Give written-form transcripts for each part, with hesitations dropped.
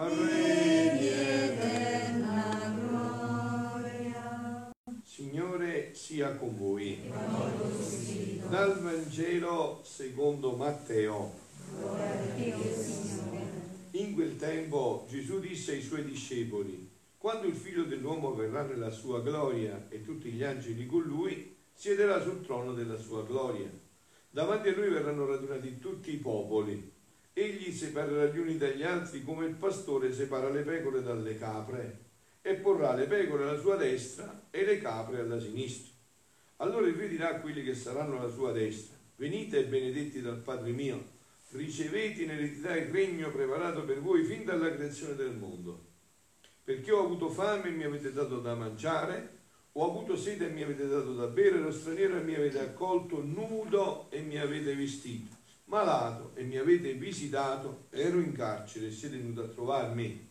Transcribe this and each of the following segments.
Regni eterna gloria. Signore sia con voi. Dal Vangelo secondo Matteo. In quel tempo Gesù disse ai suoi discepoli: quando il Figlio dell'uomo verrà nella sua gloria e tutti gli angeli con lui, siederà sul trono della sua gloria. Davanti a lui verranno radunati tutti i popoli. Egli separerà gli uni dagli altri come il pastore separa le pecore dalle capre, e porrà le pecore alla sua destra e le capre alla sinistra. Allora il re dirà a quelli che saranno alla sua destra: venite benedetti dal Padre mio, ricevete in eredità il regno preparato per voi fin dalla creazione del mondo. Perché ho avuto fame e mi avete dato da mangiare, ho avuto sete e mi avete dato da bere, ero straniero e mi avete accolto, nudo e mi avete vestito, malato e mi avete visitato, ero in carcere e siete venuti a trovarmi.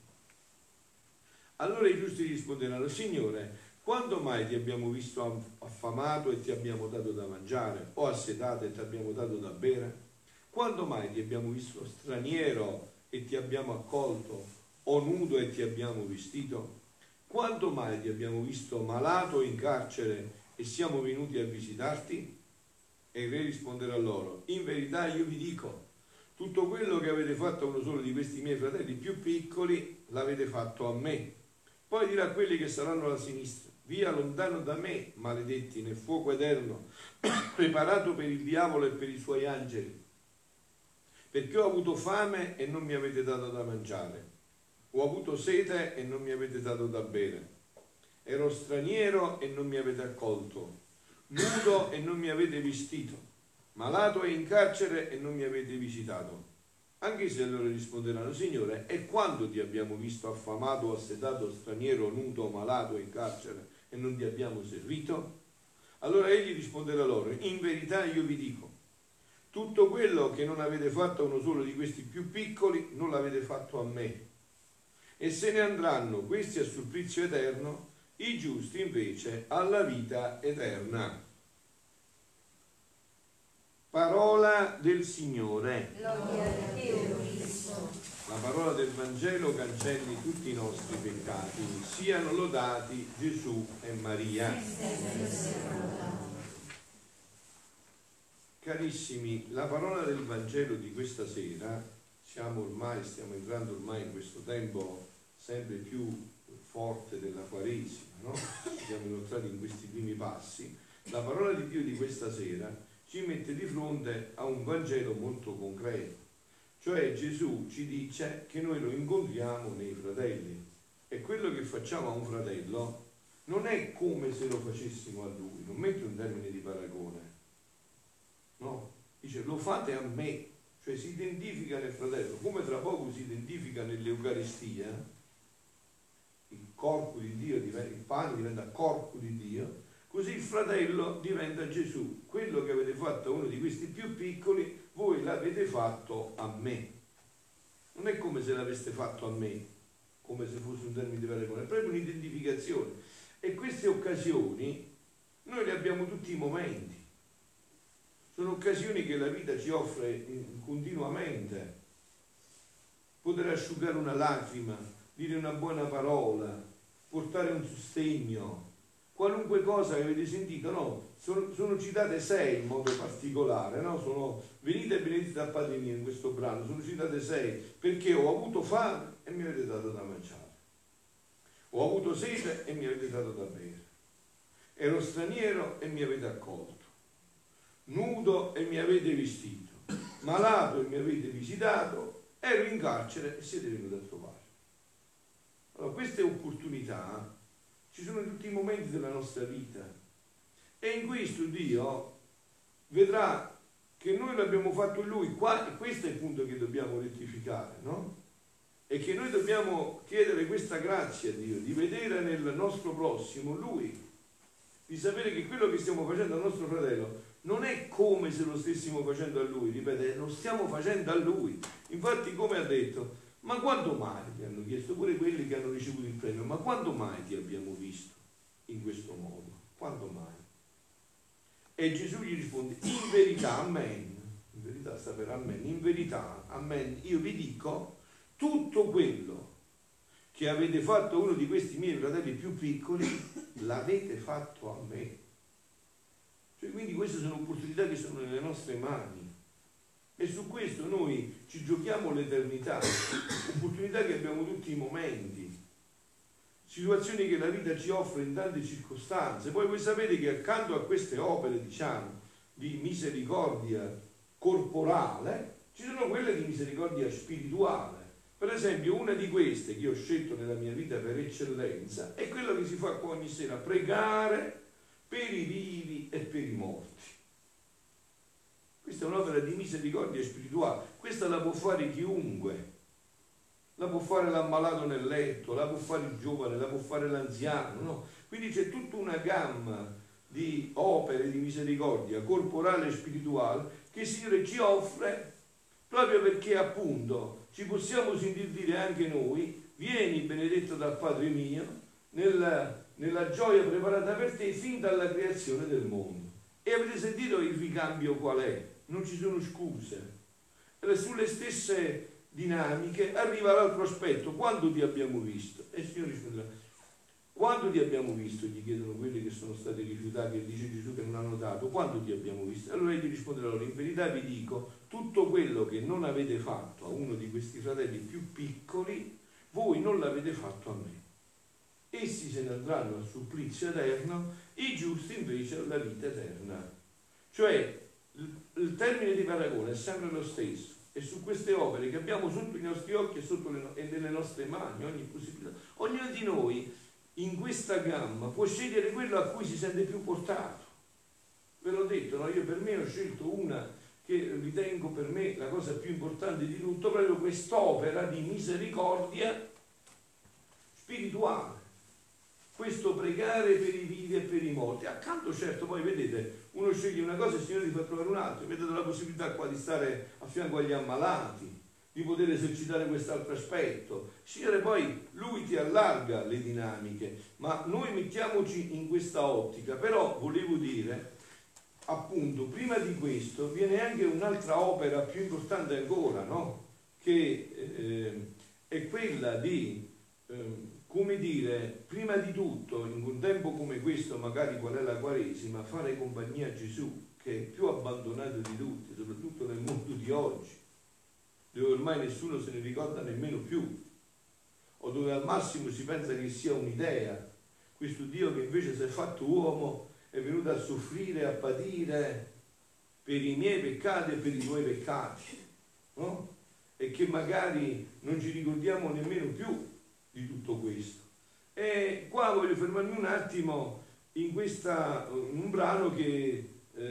Allora i giusti risponderanno: Signore, quando mai ti abbiamo visto affamato e ti abbiamo dato da mangiare, o assetato e ti abbiamo dato da bere? Quando mai ti abbiamo visto straniero e ti abbiamo accolto, o nudo e ti abbiamo vestito? Quando mai ti abbiamo visto malato o in carcere e siamo venuti a visitarti? E il re risponderà loro: in verità io vi dico, tutto quello che avete fatto a uno solo di questi miei fratelli più piccoli l'avete fatto a me. Poi dirà a quelli che saranno alla sinistra: via lontano da me, maledetti, nel fuoco eterno preparato per il diavolo e per i suoi angeli. Perché ho avuto fame e non mi avete dato da mangiare, ho avuto sete e non mi avete dato da bere, ero straniero e non mi avete accolto, nudo e non mi avete vestito, malato e in carcere e non mi avete visitato. Anche se loro risponderanno: Signore, e quando ti abbiamo visto affamato o assetato, straniero, nudo, malato e in carcere e non ti abbiamo servito? Allora egli risponderà loro: in verità io vi dico, tutto quello che non avete fatto a uno solo di questi più piccoli non l'avete fatto a me. E se ne andranno questi al supplizio eterno, i giusti invece alla vita eterna. Parola del Signore. Gloria a Dio Cristo. La parola del Vangelo cancelli tutti i nostri peccati. Siano lodati Gesù e Maria. Carissimi, la parola del Vangelo di questa sera, stiamo entrando ormai in questo tempo sempre più forte della Quaresima, no? Siamo inoltrati in questi primi passi. La parola di Dio di questa sera ci mette di fronte a un Vangelo molto concreto, cioè Gesù ci dice che noi lo incontriamo nei fratelli, e quello che facciamo a un fratello non è come se lo facessimo a lui, non mette un termine di paragone, no, dice lo fate a me, cioè si identifica nel fratello, come tra poco si identifica nell'Eucaristia, il corpo di Dio, il pane diventa corpo di Dio, così il fratello diventa Gesù. Quello che avete fatto a uno di questi più piccoli, voi l'avete fatto a me. Non è come se l'aveste fatto a me, come se fosse un termine di paragone, è proprio un'identificazione. E queste occasioni noi le abbiamo tutti i momenti. Sono occasioni che la vita ci offre continuamente. Poter asciugare una lacrima, dire una buona parola, portare un sostegno, qualunque cosa che avete sentito, no? Sono citate 6 in modo particolare, no? Sono venite e benedetti dal Padre mio in questo brano, sono citate 6, perché ho avuto fame e mi avete dato da mangiare, ho avuto sete e mi avete dato da bere, ero straniero e mi avete accolto, nudo e mi avete vestito, malato e mi avete visitato, ero in carcere e siete venuti a trovare. Allora, queste opportunità ci sono in tutti i momenti della nostra vita, e in questo Dio vedrà che noi l'abbiamo fatto Lui. Questo è il punto che dobbiamo rettificare, no? E che noi dobbiamo chiedere questa grazia a Dio, di vedere nel nostro prossimo Lui, di sapere che quello che stiamo facendo al nostro fratello non è come se lo stessimo facendo a Lui, ripete, lo stiamo facendo a Lui. Infatti, come ha detto: ma quando mai, mi hanno chiesto pure quelli che hanno ricevuto il premio, ma quando mai ti abbiamo visto in questo modo? Quando mai? E Gesù gli risponde: in verità, amen, in verità sta per amen, in verità, amen, io vi dico, tutto quello che avete fatto a uno di questi miei fratelli più piccoli, l'avete fatto a me. Cioè, quindi queste sono opportunità che sono nelle nostre mani. E su questo noi ci giochiamo l'eternità, opportunità che abbiamo tutti i momenti, situazioni che la vita ci offre in tante circostanze. Poi voi sapete che accanto a queste opere, diciamo, di misericordia corporale, ci sono quelle di misericordia spirituale. Per esempio, una di queste che io ho scelto nella mia vita per eccellenza è quello che si fa qua ogni sera, pregare per i vivi e per i morti. Questa è un'opera di misericordia spirituale, questa la può fare chiunque, la può fare l'ammalato nel letto, la può fare il giovane, la può fare l'anziano, no? Quindi c'è tutta una gamma di opere di misericordia corporale e spirituale che il Signore ci offre proprio perché appunto ci possiamo sentir dire anche noi: vieni benedetto dal Padre mio nella gioia preparata per te fin dalla creazione del mondo. E avete sentito il ricambio qual è? Non ci sono scuse. Sulle stesse dinamiche arriva l'altro aspetto: quando ti abbiamo visto? E il Signore risponderà: quando ti abbiamo visto? Gli chiedono quelli che sono stati rifiutati, e dice Gesù che non hanno dato: quando ti abbiamo visto? Allora egli risponderà loro: in verità vi dico, tutto quello che non avete fatto a uno di questi fratelli più piccoli, voi non l'avete fatto a me. Essi se ne andranno al supplizio eterno, i giusti invece alla vita eterna. Cioè il termine di paragone è sempre lo stesso, e su queste opere che abbiamo sotto i nostri occhi e nelle nostre mani, ogni possibilità, ognuno di noi in questa gamma può scegliere quello a cui si sente più portato. Ve l'ho detto, no? Io per me ho scelto una che ritengo per me la cosa più importante di tutto, proprio quest'opera di misericordia spirituale, questo pregare per i vivi e per i morti. Accanto, certo, poi vedete, uno sceglie una cosa e il Signore ti fa trovare un'altra. Vedete la possibilità qua di stare a fianco agli ammalati, di poter esercitare quest'altro aspetto. Il Signore poi, Lui ti allarga le dinamiche, ma noi mettiamoci in questa ottica. Però volevo dire, appunto, prima di questo viene anche un'altra opera più importante ancora, no? Che è quella di... come dire, prima di tutto, in un tempo come questo, magari qual è la Quaresima, fare compagnia a Gesù, che è più abbandonato di tutti, soprattutto nel mondo di oggi, dove ormai nessuno se ne ricorda nemmeno più, o dove al massimo si pensa che sia un'idea, questo Dio che invece si è fatto uomo, è venuto a soffrire, a patire per i miei peccati e per i tuoi peccati, no? E che magari non ci ricordiamo nemmeno più di tutto questo. E qua voglio fermarmi un attimo in un brano che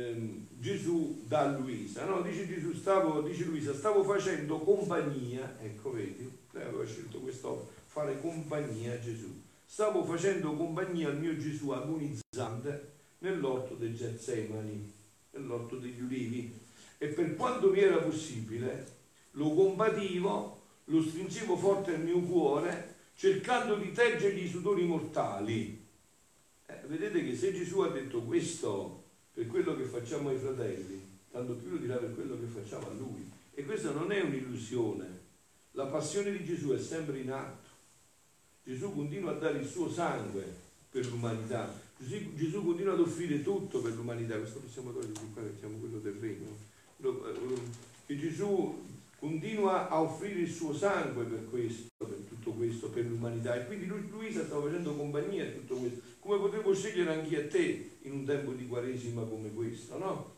Gesù dà a Luisa, no? Dice Luisa: stavo facendo compagnia, ecco vedi, lei aveva scelto questo, fare compagnia a Gesù, stavo facendo compagnia al mio Gesù agonizzante nell'orto dei Getsemani, nell'orto degli ulivi, e per quanto mi era possibile lo compativo, lo stringevo forte al mio cuore, cercando di teggergli i sudori mortali. Vedete che se Gesù ha detto questo per quello che facciamo ai fratelli, tanto più lo dirà per quello che facciamo a Lui. E questa non è un'illusione. La passione di Gesù è sempre in atto. Gesù continua a dare il suo sangue per l'umanità. Gesù continua ad offrire tutto per l'umanità. Questo possiamo togliere di qua, mettiamo quello del regno. Che Gesù continua a offrire il suo sangue per questo, per tutto questo, per l'umanità. E quindi Luisa stava facendo compagnia a tutto questo, come potevo scegliere anche a te in un tempo di Quaresima come questo, no?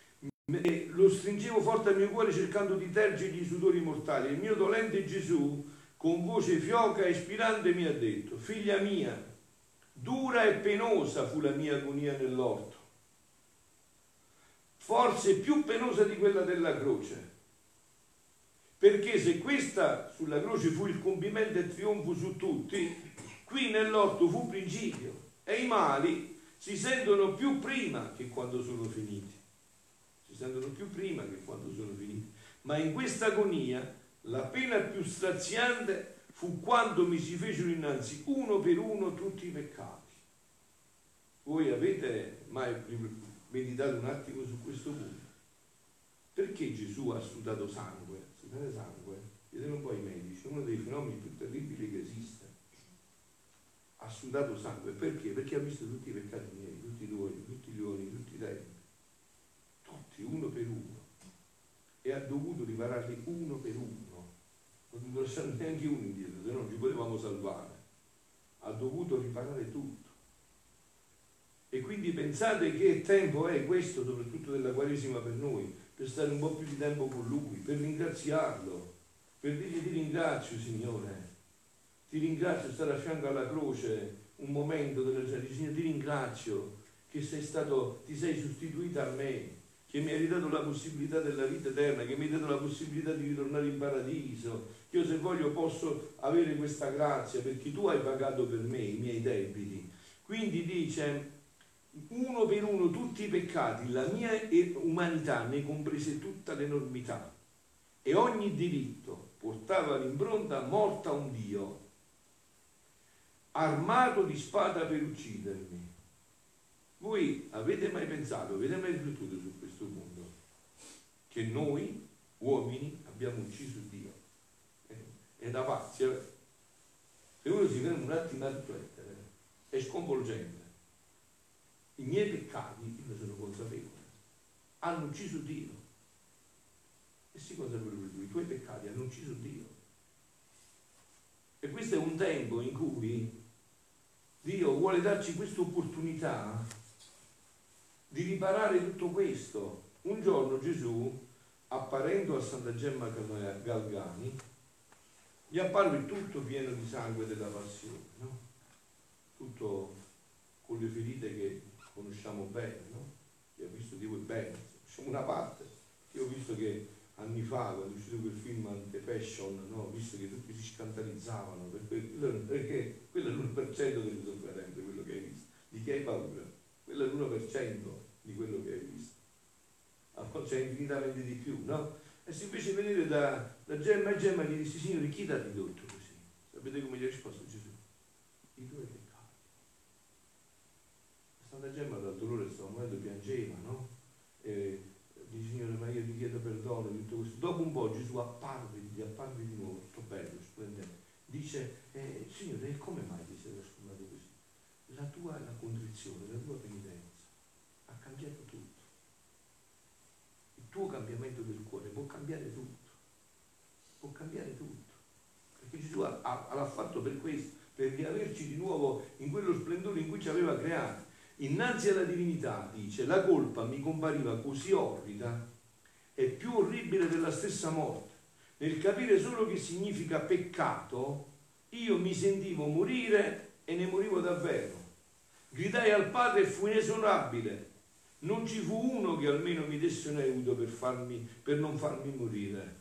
Lo stringevo forte al mio cuore cercando di tergergli i sudori mortali. Il mio dolente Gesù, con voce fioca e spirante, mi ha detto: figlia mia, dura e penosa fu la mia agonia nell'orto, forse più penosa di quella della croce. Perché se questa sulla croce fu il compimento e il trionfo su tutti, qui nell'orto fu principio, e i mali si sentono più prima che quando sono finiti. Si sentono più prima che quando sono finiti. Ma in questa agonia la pena più straziante fu quando mi si fecero innanzi uno per uno tutti i peccati. Voi avete mai meditato un attimo su questo punto? Perché Gesù ha sudato sangue? Sudare sangue, chiedete un po' ai medici, è uno dei fenomeni più terribili che esiste. ha sudato sangue. Perché? Perché ha visto tutti i peccati miei, tutti i tuoi, tutti gli uomini, tutti i tempi, tutti, uno per uno, e ha dovuto ripararli uno per uno, non dovuto lasciare neanche uno indietro, se no non ci potevamo salvare, ha dovuto riparare tutto. E quindi pensate che tempo è questo, soprattutto della Quaresima per noi, per stare un po' più di tempo con Lui, per ringraziarlo, per dirgli: ti ringrazio Signore, ti ringrazio, stare a fianco alla croce un momento della gente, Signore ti ringrazio che ti sei sostituita a me, che mi hai ridato la possibilità della vita eterna, che mi hai dato la possibilità di ritornare in paradiso, che io se voglio posso avere questa grazia perché tu hai pagato per me i miei debiti. Quindi dice: uno per uno tutti i peccati, la mia umanità ne comprese tutta l'enormità, e ogni diritto portava l'impronta morta a un Dio armato di spada per uccidermi. Voi avete mai pensato, avete mai riflettuto su questo mondo? Che noi, uomini, abbiamo ucciso Dio? È da pazzi. Se uno si ferma un attimo a riflettere, è sconvolgente. I miei peccati, io ne sono consapevole, hanno ucciso Dio. E sii consapevole tu, i tuoi peccati hanno ucciso Dio. E questo è un tempo in cui Dio vuole darci questa opportunità di riparare tutto questo. Un giorno Gesù, apparendo a Santa Gemma Galgani, gli apparve tutto pieno di sangue della passione, no? Tutto con le ferite che conosciamo bene, no? Chi ha visto di voi bene, conosciamo una parte. Io ho visto che anni fa, quando è uscito quel film The Passion, no? Ho visto che tutti si scandalizzavano perché quello è l'1% delle sofferenze, quello che hai visto. Di che hai paura? Quello è l'1% di quello che hai visto. Allora c'è infinitamente di più, no? E se invece venire da Gemma e Gemma gli disse: Signore, chi t'ha ridotto così? Sapete come gli ha risposto Gesù? I tuoi peccati. Santa Gemma dal dolore in questo momento piangeva, no? Dice: Signore, ma io ti chiedo perdono di tutto questo. Dopo un po' Gesù gli apparve di nuovo, tutto bello, splendente. Dice: Signore, come mai ti sei trasformato così? La tua contrizione, la tua penitenza ha cambiato tutto. Il tuo cambiamento del cuore può cambiare tutto. Può cambiare tutto. Perché Gesù l'ha fatto per questo, per riaverci di nuovo in quello splendore in cui ci aveva creati. Innanzi alla divinità, dice, la colpa mi compariva così orrida e più orribile della stessa morte. Nel capire solo che significa peccato, io mi sentivo morire e ne morivo davvero. Gridai al Padre e fu inesorabile. Non ci fu uno che almeno mi desse un aiuto per non farmi morire.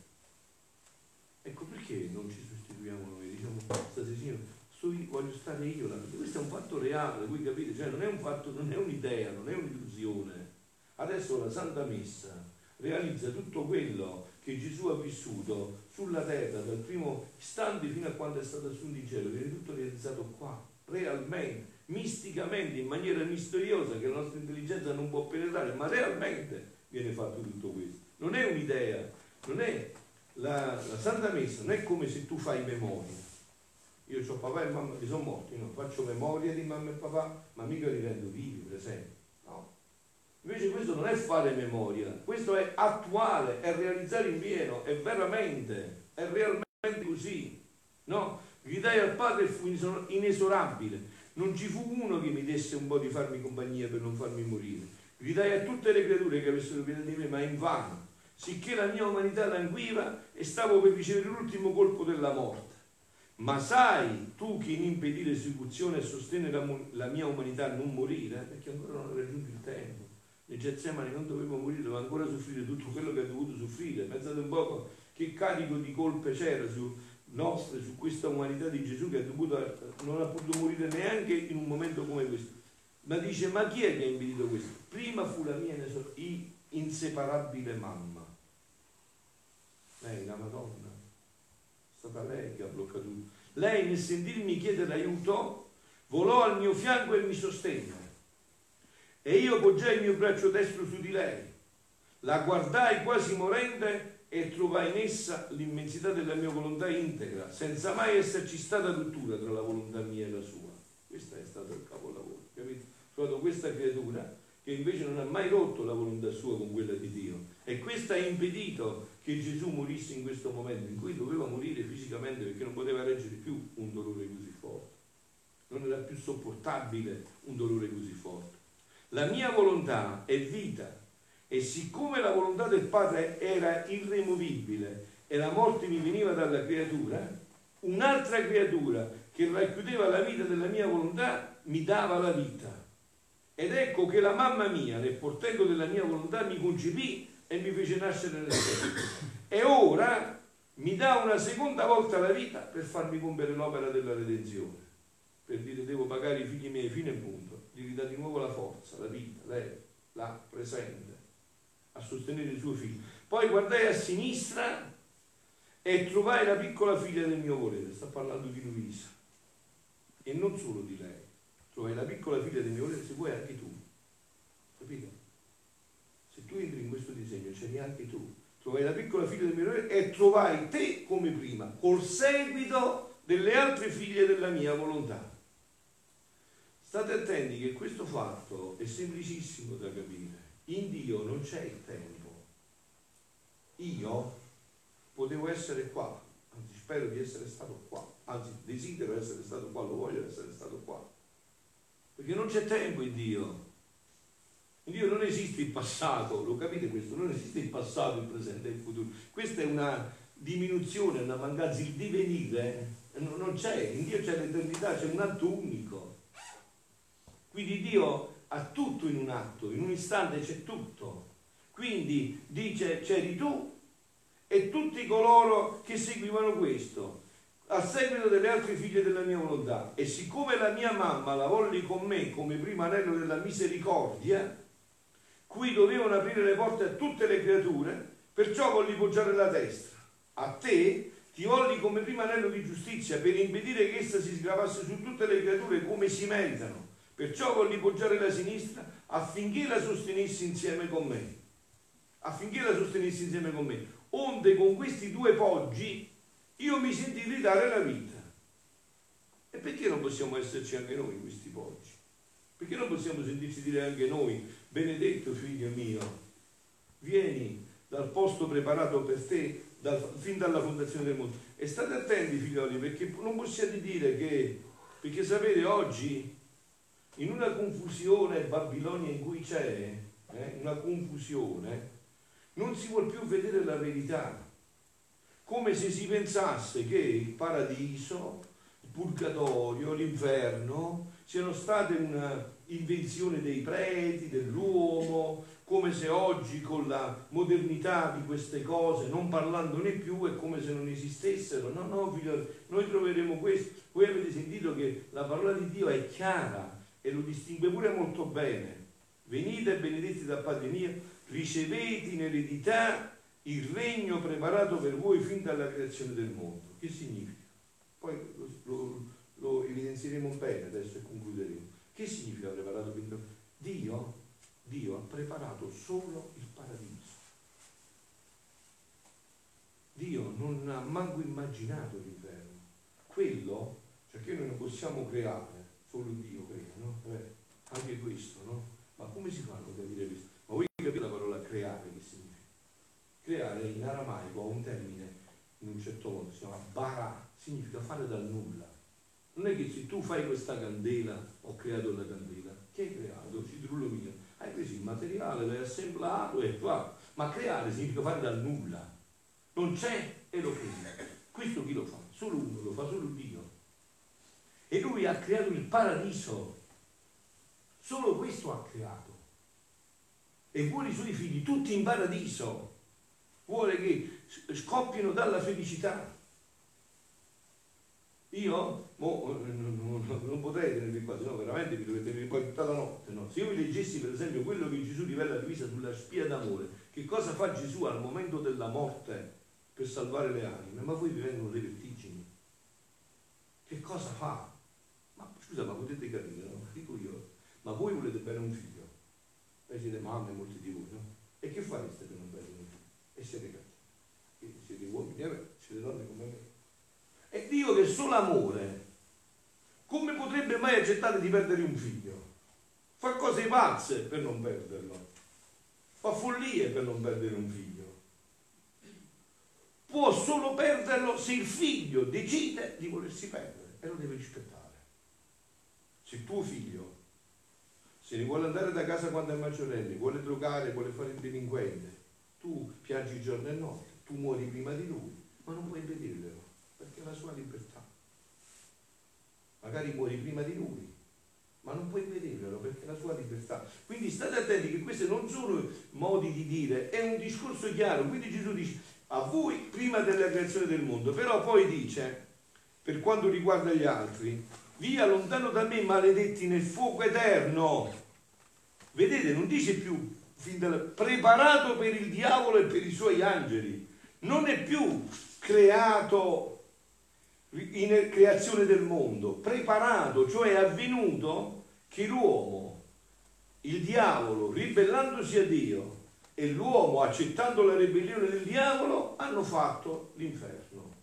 Ecco perché non ci sostituiamo noi, diciamo: stasera, Signore, voglio stare io là. Questo è un fatto reale, voi capite? Cioè non è un fatto, non è un'idea, non è un'illusione. Adesso la Santa Messa realizza tutto quello che Gesù ha vissuto sulla terra dal primo istante fino a quando è stato assunto in cielo. Viene tutto realizzato qua, realmente, misticamente, in maniera misteriosa che la nostra intelligenza non può penetrare, ma realmente viene fatto tutto questo. Non è un'idea, non è la Santa Messa, non è come se tu fai memoria. Io ho papà e mamma che sono morti, no? Faccio memoria di mamma e papà, ma mica li rendo vivi, per esempio, no? Invece questo non è fare memoria, questo è attuale, è realizzare in pieno, è realmente così, no? Gridai al Padre e fu inesorabile, non ci fu uno che mi desse un po' di farmi compagnia per non farmi morire. Gridai a tutte le creature che avessero pietà di me, ma invano, sicché la mia umanità languiva e stavo per ricevere l'ultimo colpo della morte. Ma sai tu che in impedire l'esecuzione sostenne la mia umanità a non morire? Perché ancora non era raggiunto il tempo. Nel Getsemani non dovevo morire, dovevo ancora soffrire tutto quello che ha dovuto soffrire. Pensate un po' che carico di colpe c'era su questa umanità di Gesù, che non ha potuto morire neanche in un momento come questo. Ma dice: ma chi è che ha impedito questo? Prima fu la mia inseparabile mamma. Lei, la Madonna. È stata lei che ha bloccato tutto. Lei, nel sentirmi chiedere aiuto, volò al mio fianco e mi sostenne. E io poggiai il mio braccio destro su di lei. La guardai quasi morente e trovai in essa l'immensità della mia volontà integra, senza mai esserci stata rottura tra la volontà mia e la sua. Questo è stato il capolavoro, capito? Ho trovato questa creatura che invece non ha mai rotto la volontà sua con quella di Dio, e questo ha impedito che Gesù morisse in questo momento in cui doveva morire fisicamente, perché non poteva reggere più un dolore così forte, non era più sopportabile un dolore così forte. La mia volontà è vita, e siccome la volontà del Padre era irremovibile e la morte mi veniva dalla creatura, un'altra creatura che racchiudeva la vita della mia volontà mi dava la vita. Ed ecco che la mamma mia, nel portento della mia volontà, mi concepì e mi fece nascere nel cielo. E ora mi dà una seconda volta la vita per farmi compiere l'opera della redenzione, per dire devo pagare i figli miei fino in punto, gli ridà di nuovo la forza, la vita, lei, là, presente, a sostenere i suoi figli. Poi guardai a sinistra e trovai la piccola figlia del mio volere, sta parlando di Luisa, e non solo di lei. Trovai la piccola figlia del mio volere, se vuoi anche tu, capito? Se tu entri in questo disegno c'eri anche tu. Trovai la piccola figlia del mio volere e trovai te come prima, col seguito delle altre figlie della mia volontà. State attenti che questo fatto è semplicissimo da capire. In Dio non c'è il tempo. Io potevo essere qua, anzi spero di essere stato qua, anzi desidero essere stato qua, lo voglio essere stato qua. Perché non c'è tempo in Dio. In Dio non esiste il passato, lo capite questo? Non esiste il passato, il presente e il futuro. Questa è una diminuzione, una mancanza, il divenire non c'è. In Dio c'è l'eternità, c'è un atto unico. Quindi Dio ha tutto in un atto, in un istante c'è tutto. Quindi dice c'eri tu e tutti coloro che seguivano questo, a seguito delle altre figlie della mia volontà. E siccome la mia mamma la volli con me come primo anello della misericordia, cui dovevano aprire le porte a tutte le creature, perciò volli poggiare la destra. A te ti volli come primo anello di giustizia, per impedire che essa si sgravasse su tutte le creature come si meritano. Perciò volli poggiare la sinistra affinché la sostenessi insieme con me. Affinché la sostenessi insieme con me. Onde con questi due poggi io mi senti ridare la vita. E perché non possiamo esserci anche noi questi poggi? Perché non possiamo sentirci dire anche noi: benedetto figlio mio, vieni dal posto preparato per te fin dalla fondazione del mondo. E state attenti, figlioli, perché non possiate dire che, perché sapete, oggi in una confusione Babilonia in cui c'è una confusione, non si vuol più vedere la verità, come se si pensasse che il paradiso, il purgatorio, l'inferno siano state una invenzione dei preti, dell'uomo, come se oggi con la modernità di queste cose, non parlandone più, è come se non esistessero. No, no, figlioli, noi troveremo questo. Voi avete sentito che la parola di Dio è chiara e lo distingue pure molto bene. Venite benedetti dal Padre mio, ricevete in eredità il regno preparato per voi fin dalla creazione del mondo. Che significa? Poi lo evidenzieremo bene adesso e concluderemo. Che significa preparato fin da... Dio ha preparato solo il paradiso. Dio non ha manco immaginato l'inferno. Quello, cioè che noi non possiamo creare, solo Dio crea, no? Anche questo, no? Ma come si fa a capire questo? Ma voi capite la parola creare che significa? Creare in aramaico ha un termine, in un certo modo, si chiama bara, significa fare dal nulla. Non è che se tu fai questa candela, ho creato la candela. Che hai creato? Citrullo mio. Hai preso il materiale, l'hai assemblato e fa. Ma creare significa fare dal nulla. Non c'è e lo crea. Questo chi lo fa? Solo uno, lo fa solo Dio. E lui ha creato il paradiso. Solo questo ha creato. E vuole i suoi figli tutti in paradiso. Vuole che scoppino dalla felicità. Io non potrei tenervi qua, sennò veramente vi dovete tenere qua tutta la notte. No? Se io vi leggessi per esempio quello che Gesù rivela a Luisa sulla spia d'amore, che cosa fa Gesù al momento della morte per salvare le anime, ma voi vi vengono le vertigini. Che cosa fa? Ma scusa, ma potete capire, no? Dico io, ma voi volete bene un figlio? Voi siete mamme, molti di voi, no? E che fareste per non bene un figlio? E siete cattivi. Siete uomini, siete donne come me. È Dio che solo amore Come potrebbe mai accettare di perdere un figlio? Fa cose pazze per non perderlo, fa follie per non perdere un figlio. Può solo perderlo se il figlio decide di volersi perdere e lo deve rispettare. Se tuo figlio se ne vuole andare da casa quando è maggiorenne, vuole drogare, vuole fare il delinquente, tu piangi giorno e notte, tu muori prima di lui, ma non puoi impedirlo, perché è la sua libertà. Magari muori prima di lui, ma non puoi impedirlo, perché è la sua libertà. Quindi state attenti che questi non sono modi di dire, è un discorso chiaro. Quindi Gesù dice a voi prima della creazione del mondo, però poi dice, per quanto riguarda gli altri, via lontano da me maledetti nel fuoco eterno. Vedete, non dice più preparato per il diavolo e per i suoi angeli, non è più creato in creazione del mondo, preparato, cioè è avvenuto che l'uomo, il diavolo, ribellandosi a Dio e l'uomo accettando la ribellione del diavolo hanno fatto l'inferno.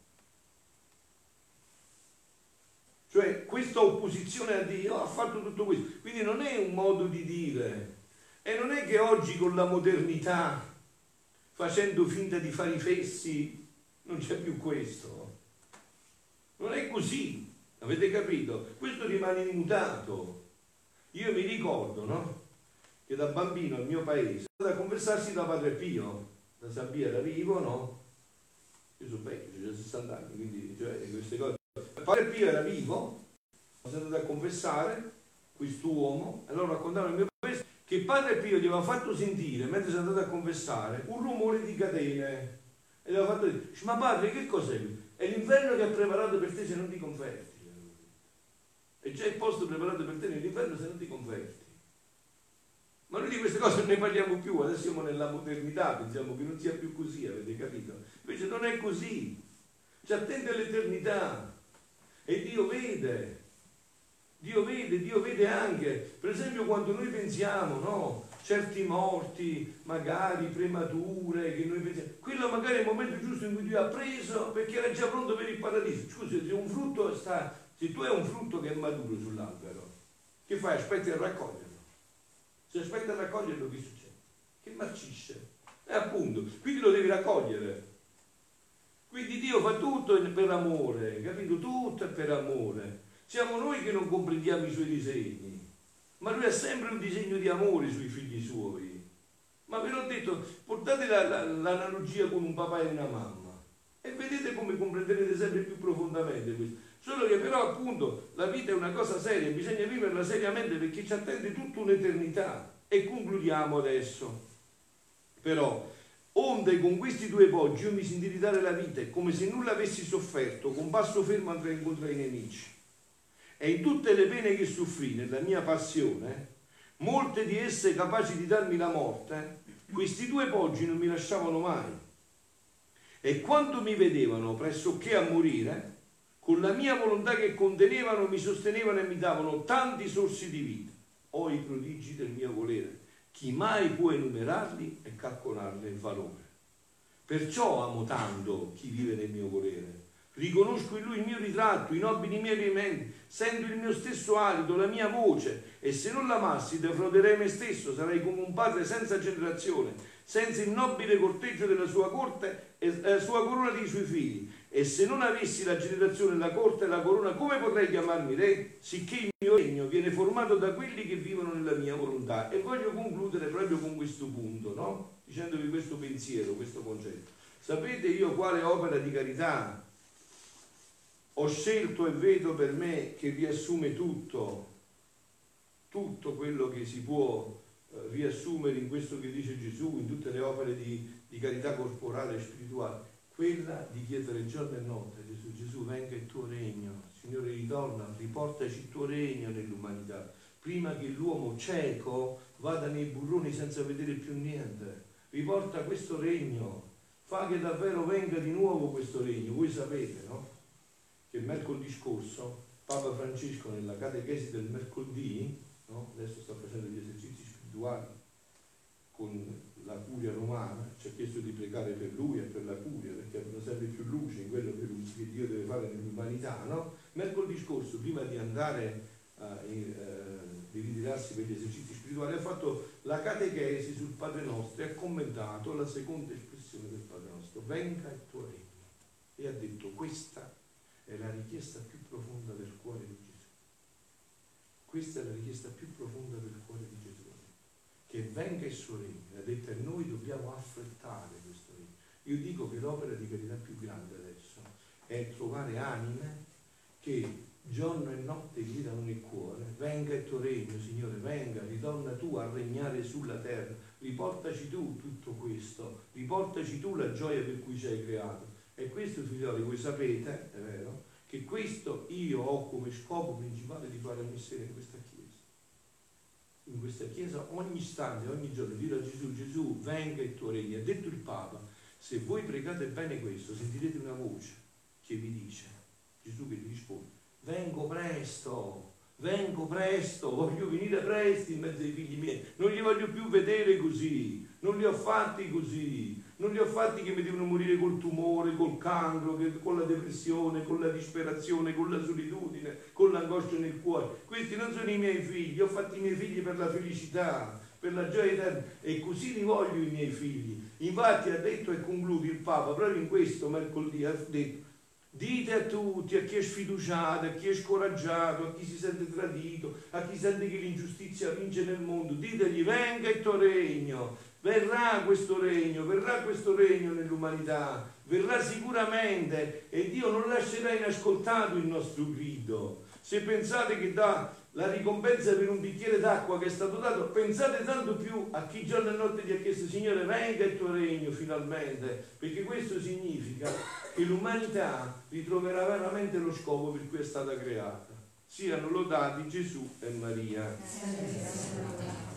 Cioè questa opposizione a Dio ha fatto tutto questo. Quindi non è un modo di dire. E non è che oggi con la modernità, facendo finta di fare i fessi, non c'è più questo. Non è così. Avete capito? Questo rimane immutato. Io mi ricordo, no? Che da bambino al mio paese da conversarsi da Padre Pio, da Sabia era vivo, no? Io sono vecchio, ho 60 anni, quindi cioè, queste cose. Padre Pio era vivo, sono andato a confessare quest'uomo, e loro raccontavano al mio paese che Padre Pio gli aveva fatto sentire, mentre si è andato a confessare, un rumore di catene. E gli aveva fatto dire, ma padre, che cos'è? È l'inferno che ha preparato per te se non ti converti. E c'è il posto preparato per te nell'inferno se non ti converti. Ma noi di queste cose non ne parliamo più, adesso siamo nella modernità, pensiamo che non sia più così, avete capito? Invece non è così. Ci attende all'eternità. E Dio vede, Dio vede anche, per esempio quando noi pensiamo, no? Certi morti, magari premature, che noi pensiamo, quello magari è il momento giusto in cui Dio ha preso perché era già pronto per il paradiso. Scusi, se un frutto se tu hai un frutto che è maturo sull'albero, che fai? Aspetti a raccoglierlo. Se aspetti a raccoglierlo, che succede? Che marcisce. E appunto, quindi lo devi raccogliere. Quindi Dio fa tutto per amore, capito? Tutto è per amore. Siamo noi che non comprendiamo i suoi disegni, ma lui ha sempre un disegno di amore sui figli suoi. Ma ve l'ho detto, portate l'analogia con un papà e una mamma e vedete come comprenderete sempre più profondamente questo. Solo che però appunto la vita è una cosa seria, bisogna viverla seriamente perché ci attende tutta un'eternità. E concludiamo adesso. Però onde con questi due poggi io mi sentirei dare la vita e come se nulla avessi sofferto, con passo fermo andrei incontro ai nemici. E in tutte le pene che soffrì nella mia passione, molte di esse capaci di darmi la morte, questi due poggi non mi lasciavano mai. E quando mi vedevano pressoché a morire, con la mia volontà che contenevano, mi sostenevano e mi davano tanti sorsi di vita. O i prodigi del mio volere. Chi mai può enumerarli e calcolarne il valore? Perciò amo tanto chi vive nel mio volere. Riconosco in lui il mio ritratto, i nobili miei elementi, sento il mio stesso alito, la mia voce, e se non l'amassi defrauderei me stesso, sarei come un padre senza generazione, senza il nobile corteggio della sua corte e la sua corona dei suoi figli. E se non avessi la generazione, la corte e la corona, come potrei chiamarmi re? Sicché il mio regno viene formato da quelli che vivono nella mia volontà. E voglio concludere proprio con questo punto, no? Dicendovi questo pensiero, questo concetto. Sapete io quale opera di carità ho scelto e vedo per me che riassume tutto quello che si può riassumere in questo che dice Gesù, in tutte le opere di carità corporale e spirituale? Quella di chiedere giorno e notte Gesù, Gesù venga il tuo regno, Signore ritorna, riportaci il tuo regno nell'umanità, prima che l'uomo cieco vada nei burroni senza vedere più niente, riporta questo regno, fa che davvero venga di nuovo questo regno. Voi sapete, no? Che mercoledì scorso Papa Francesco nella catechesi del mercoledì, no? Adesso sta facendo gli esercizi spirituali con la curia romana, ci ha chiesto di pregare per lui e per la curia, perché abbiamo sempre più luce in quello che Dio deve fare nell'umanità, no? Mercoledì scorso, prima di andare di ritirarsi per gli esercizi spirituali, ha fatto la catechesi sul Padre Nostro e ha commentato la seconda espressione del Padre Nostro: venga il tuo regno, e ha detto: questa è la richiesta più profonda del cuore di Gesù. Questa è la richiesta più profonda del cuore di Gesù, che venga il suo regno. Ha detto: e noi dobbiamo affrettare questo regno. Io dico che l'opera di carità più grande adesso è trovare anime che giorno e notte gridano nel cuore: venga il tuo regno, Signore, venga, ritorna tu a regnare sulla terra, riportaci tu tutto questo, riportaci tu la gioia per cui ci hai creato. E questo, figlioli, voi sapete, è vero, che questo io ho come scopo principale di fare mestiere in questa Chiesa. In questa Chiesa ogni istante, ogni giorno, dire a Gesù: Gesù, venga il tuo regno. Ha detto il Papa: se voi pregate bene questo, sentirete una voce che vi dice, Gesù che vi risponde: vengo presto, voglio venire presto in mezzo ai figli miei, non li voglio più vedere così, non li ho fatti così, non li ho fatti che mi devono morire col tumore, col cancro, con la depressione, con la disperazione, con la solitudine, con l'angoscia nel cuore. Questi non sono i miei figli, ho fatto i miei figli per la felicità, per la gioia eterna, e così li voglio i miei figli. Infatti ha detto, e conclude il Papa proprio in questo mercoledì, ha detto: dite a tutti, a chi è sfiduciato, a chi è scoraggiato, a chi si sente tradito, a chi sente che l'ingiustizia vince nel mondo, ditegli: venga il tuo regno, verrà questo regno nell'umanità, verrà sicuramente, e Dio non lascerà inascoltato il nostro grido. Se pensate che dà la ricompensa per un bicchiere d'acqua che è stato dato, pensate tanto più a chi giorno e notte ti ha chiesto: Signore, venga il tuo regno finalmente, perché questo significa che l'umanità ritroverà veramente lo scopo per cui è stata creata. Siano lodati Gesù e Maria.